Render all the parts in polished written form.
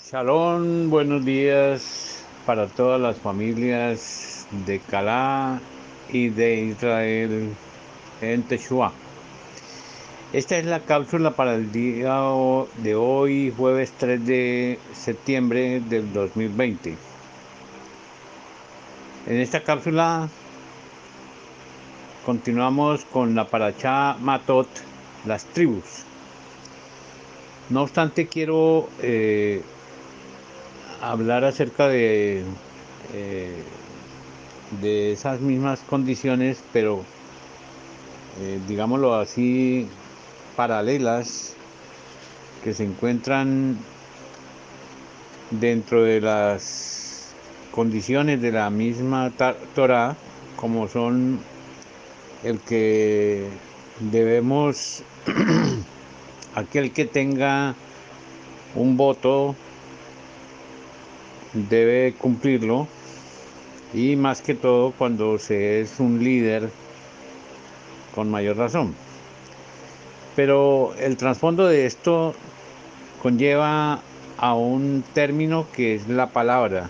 Shalom, buenos días para todas las familias de Calá y de Israel en Teshua. Esta es la cápsula para el día de hoy, jueves 3 de septiembre del 2020. En esta cápsula continuamos con la parashá Matot, las tribus. No obstante, quiero hablar acerca eh, de esas mismas condiciones, pero digámoslo así, paralelas que se encuentran dentro de las condiciones de la misma Torá, como son el que debemos, aquel que tenga un voto debe cumplirlo, y más que todo cuando se es un líder con mayor razón. Pero el trasfondo de esto conlleva a un término que es la palabra.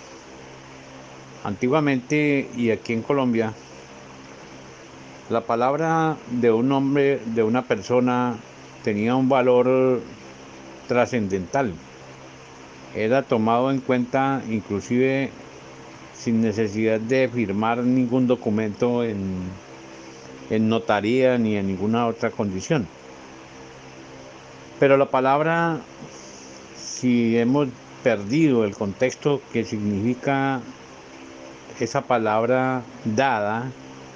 Antiguamente y aquí en Colombia, la palabra de un hombre, de una persona, tenía un valor trascendental. Era tomado en cuenta inclusive sin necesidad de firmar ningún documento en notaría ni en ninguna otra condición. Pero la palabra, si hemos perdido el contexto que significa esa palabra dada,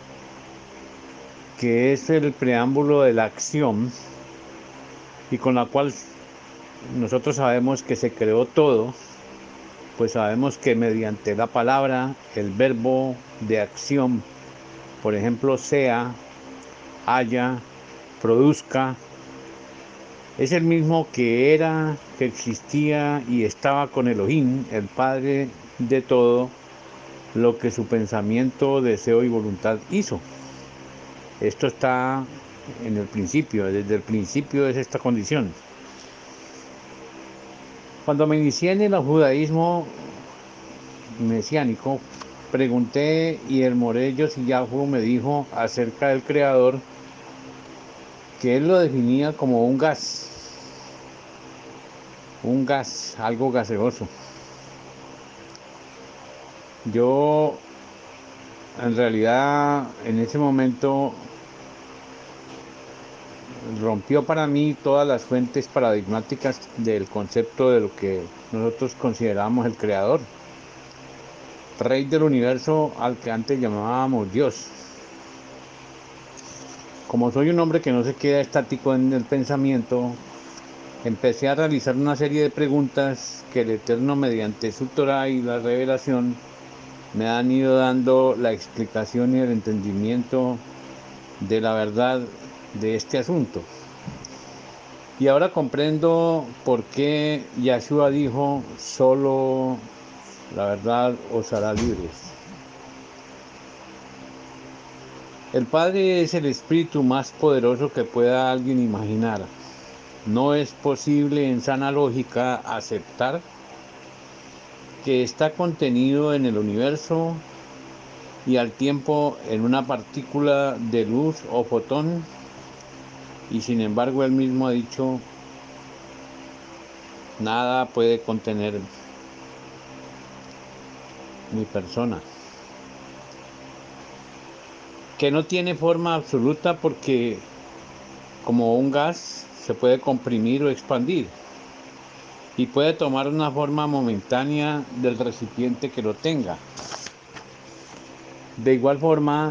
que es el preámbulo de la acción y con la cual nosotros sabemos que se creó todo, pues sabemos que mediante la palabra, el verbo de acción, por ejemplo, sea, haya, produzca, es el mismo que era, que existía y estaba con Elohim, el Padre de todo lo que su pensamiento, deseo y voluntad hizo. Esto está en el principio, desde el principio es esta condición. Cuando me inicié en el judaísmo mesiánico, pregunté y el Morello Sillafu me dijo acerca del Creador que él lo definía como un gas, algo gaseoso. Yo en realidad en ese momento rompió para mí todas las fuentes paradigmáticas del concepto de lo que nosotros consideramos el Creador, Rey del universo al que antes llamábamos Dios. Como soy un hombre que no se queda estático en el pensamiento, empecé a realizar una serie de preguntas que el Eterno, mediante su Torah y la revelación, me han ido dando la explicación y el entendimiento de la verdad de este asunto. Y ahora comprendo por qué Yahshua dijo: solo la verdad os hará libres. El Padre es el espíritu más poderoso que pueda alguien imaginar. No es posible en sana lógica aceptar que está contenido en el universo y al tiempo en una partícula de luz o fotón, y sin embargo él mismo ha dicho: nada puede contener mi persona, que no tiene forma absoluta porque como un gas se puede comprimir o expandir y puede tomar una forma momentánea del recipiente que lo tenga. De igual forma,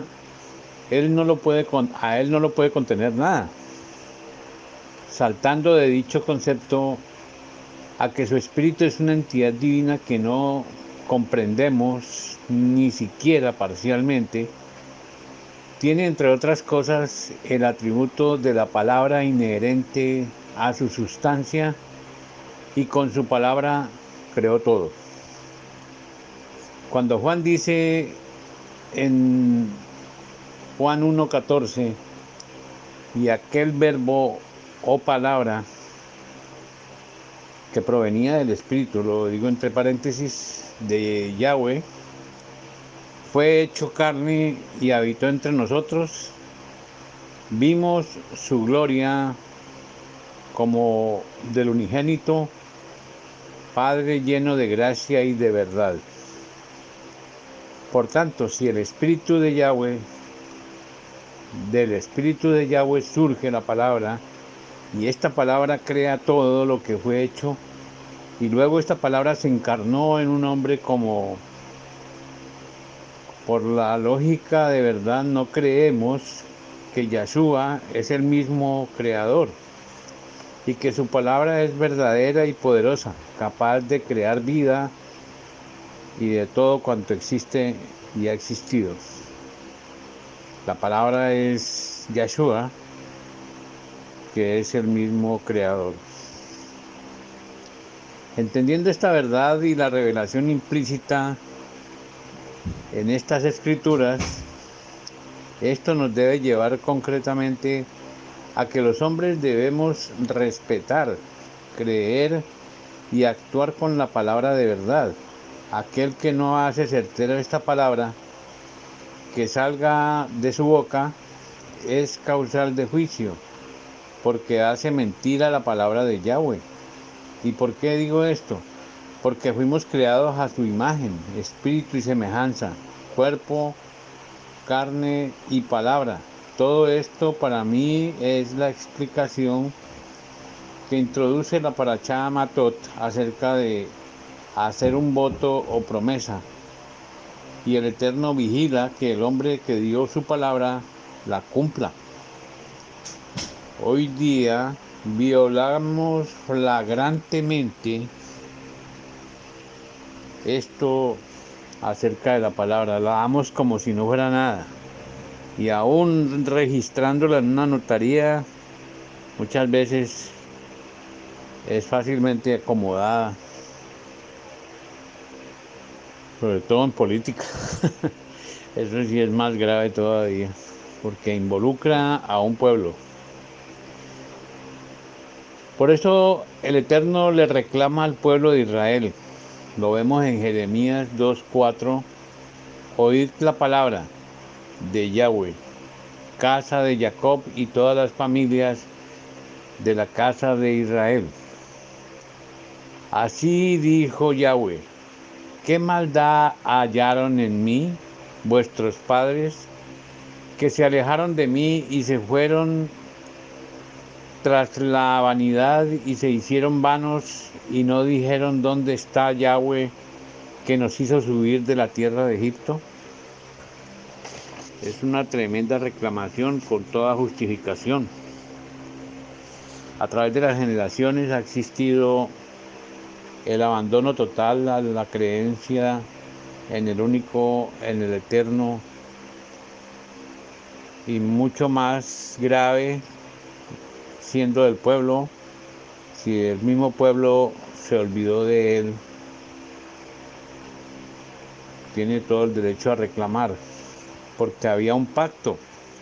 a él no lo puede contener nada, saltando de dicho concepto a que su espíritu es una entidad divina que no comprendemos ni siquiera parcialmente. Tiene, entre otras cosas, el atributo de la palabra inherente a su sustancia, y con su palabra creó todo. Cuando Juan dice en Juan 1:14, y aquel verbo o palabra que provenía del Espíritu, lo digo entre paréntesis, de Yahweh, fue hecho carne y habitó entre nosotros. Vimos su gloria como del unigénito, Padre lleno de gracia y de verdad. Por tanto, si el Espíritu de Yahweh, del Espíritu de Yahweh surge la palabra, y esta palabra crea todo lo que fue hecho, y luego esta palabra se encarnó en un hombre, como por la lógica de verdad no creemos que Yahshua es el mismo creador y que su palabra es verdadera y poderosa, capaz de crear vida y de todo cuanto existe y ha existido. La palabra es Yahshua, que es el mismo creador. Entendiendo esta verdad y la revelación implícita en estas escrituras, esto nos debe llevar concretamente a que los hombres debemos respetar, creer y actuar con la palabra de verdad. Aquel que no hace certera esta palabra que salga de su boca es causal de juicio, porque hace mentira la palabra de Yahweh. ¿Y por qué digo esto? Porque fuimos creados a su imagen, espíritu y semejanza, cuerpo, carne y palabra. Todo esto para mí es la explicación que introduce la Parashá Matot acerca de hacer un voto o promesa. Y el Eterno vigila que el hombre que dio su palabra la cumpla. Hoy día violamos flagrantemente esto acerca de la palabra, la damos como si no fuera nada. Y aún registrándola en una notaría, muchas veces es fácilmente acomodada, sobre todo en política. Eso sí es más grave todavía, porque involucra a un pueblo. Por eso el Eterno le reclama al pueblo de Israel. Lo vemos en Jeremías 2:4. Oíd la palabra de Yahweh, casa de Jacob y todas las familias de la casa de Israel. Así dijo Yahweh: ¿qué maldad hallaron en mí vuestros padres, que se alejaron de mí y se fueron tras la vanidad y se hicieron vanos y no dijeron dónde está Yahweh que nos hizo subir de la tierra de Egipto? Es una tremenda reclamación con toda justificación. A través de las generaciones ha existido el abandono total a la creencia en el único, en el eterno, y mucho más grave siendo del pueblo. Si el mismo pueblo se olvidó de él, tiene todo el derecho a reclamar, porque había un pacto.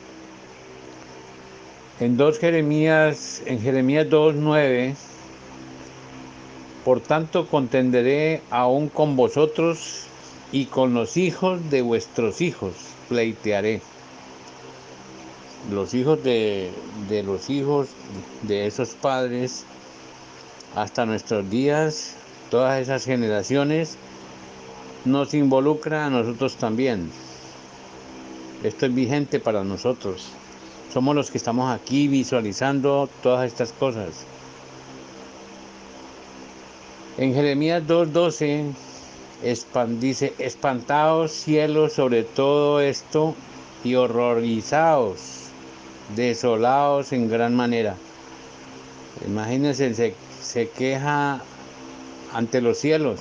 En Jeremías 2:9, por tanto contenderé aún con vosotros y con los hijos de vuestros hijos pleitearé. Los hijos de los hijos de esos padres hasta nuestros días, todas esas generaciones, nos involucra a nosotros también. Esto es vigente para nosotros. Somos los que estamos aquí visualizando todas estas cosas. En Jeremías 2:12 dice: espantaos cielos sobre todo esto y horrorizaos, desolaos en gran manera. Imagínense, se queja ante los cielos.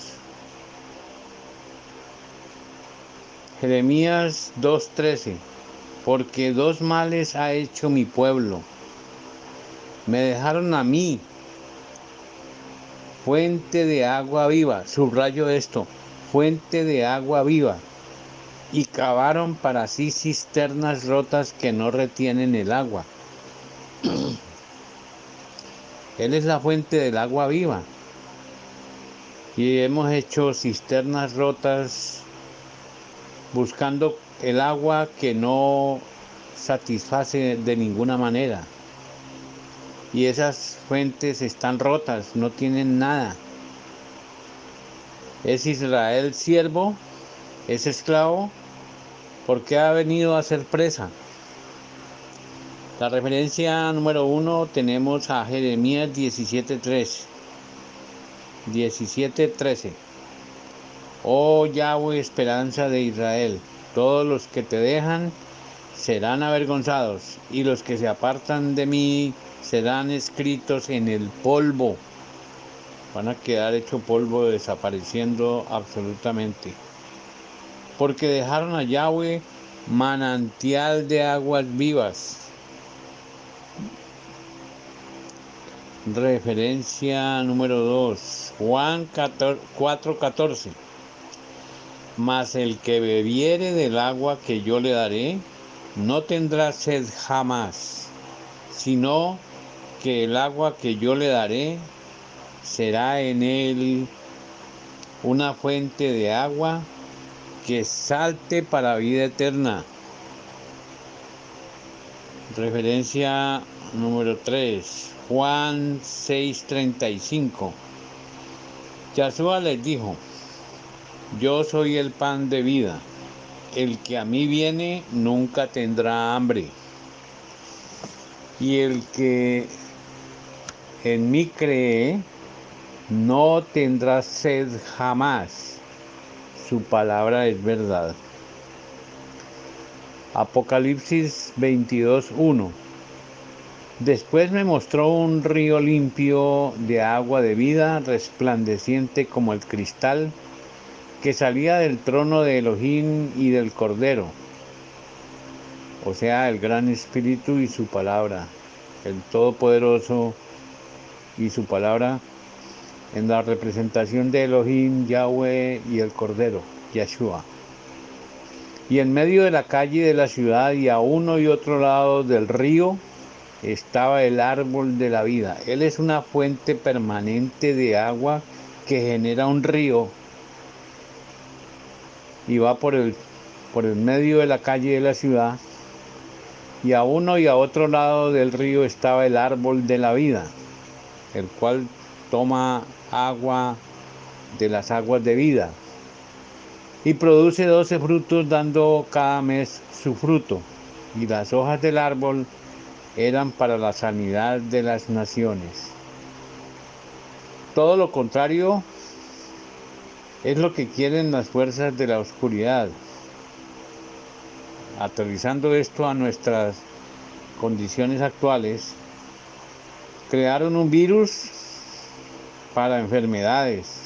Jeremías 2:13: porque dos males ha hecho mi pueblo. Me dejaron a mí, fuente de agua viva, subrayo esto, fuente de agua viva, y cavaron para sí cisternas rotas que no retienen el agua. Él es la fuente del agua viva. y hemos hecho cisternas rotas buscando el agua que no satisface de ninguna manera. Y esas fuentes están rotas, no tienen nada. ¿Es Israel siervo? ¿Es esclavo? ¿Por qué ha venido a ser presa? La referencia número 1 tenemos a Jeremías 17:3. 17:13. Oh Yahweh, esperanza de Israel, todos los que te dejan serán avergonzados, y los que se apartan de mí serán escritos en el polvo. Van a quedar hecho polvo, desapareciendo absolutamente. Porque dejaron a Yahweh, manantial de aguas vivas. Referencia número 2, Juan 4:14. Mas el que bebiere del agua que yo le daré, no tendrá sed jamás, sino que el agua que yo le daré será en él una fuente de agua que salte para vida eterna. Referencia número 3, Juan 6:35. Yahshua les dijo: yo soy el pan de vida. El que a mí viene nunca tendrá hambre. Y el que en mí cree no tendrá sed jamás. Su palabra es verdad. Apocalipsis 22:1. Después me mostró un río limpio de agua de vida, resplandeciente como el cristal, que salía del trono de Elohim y del Cordero, o sea, el Gran Espíritu y su palabra, el Todopoderoso y su palabra, en la representación de Elohim, Yahweh y el Cordero, Yeshua. Y en medio de la calle de la ciudad y a uno y otro lado del río estaba el árbol de la vida. Él es una fuente permanente de agua que genera un río y va por el medio de la calle de la ciudad, y a uno y a otro lado del río estaba el árbol de la vida, el cual toma agua de las aguas de vida y produce 12 frutos, dando cada mes su fruto, y las hojas del árbol eran para la sanidad de las naciones. Todo lo contrario es lo que quieren las fuerzas de la oscuridad. Aterrizando esto a nuestras condiciones actuales, crearon un virus para enfermedades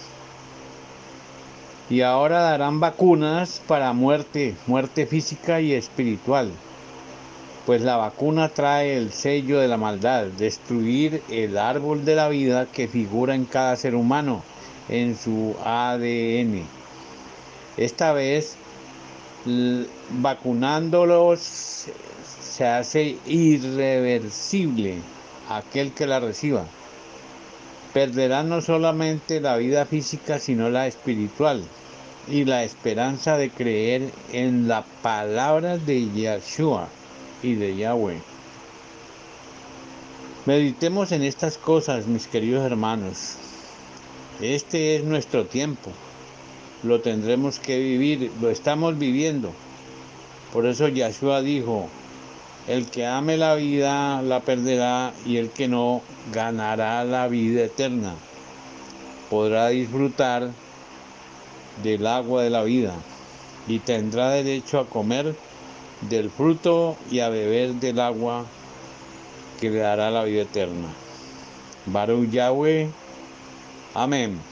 y ahora darán vacunas para muerte física y espiritual, pues la vacuna trae el sello de la maldad, destruir el árbol de la vida que figura en cada ser humano, en su ADN. Esta vez, vacunándolos se hace irreversible aquel que la reciba. Perderá no solamente la vida física, sino la espiritual y la esperanza de creer en la palabra de Yeshua y de Yahweh. Meditemos en estas cosas, mis queridos hermanos. Este es nuestro tiempo. Lo tendremos que vivir, lo estamos viviendo. Por eso Yeshua dijo: el que ame la vida la perderá, y el que no ganará la vida eterna. Podrá disfrutar del agua de la vida y tendrá derecho a comer del fruto y a beber del agua que le dará la vida eterna. Baruch Yahweh. Amén.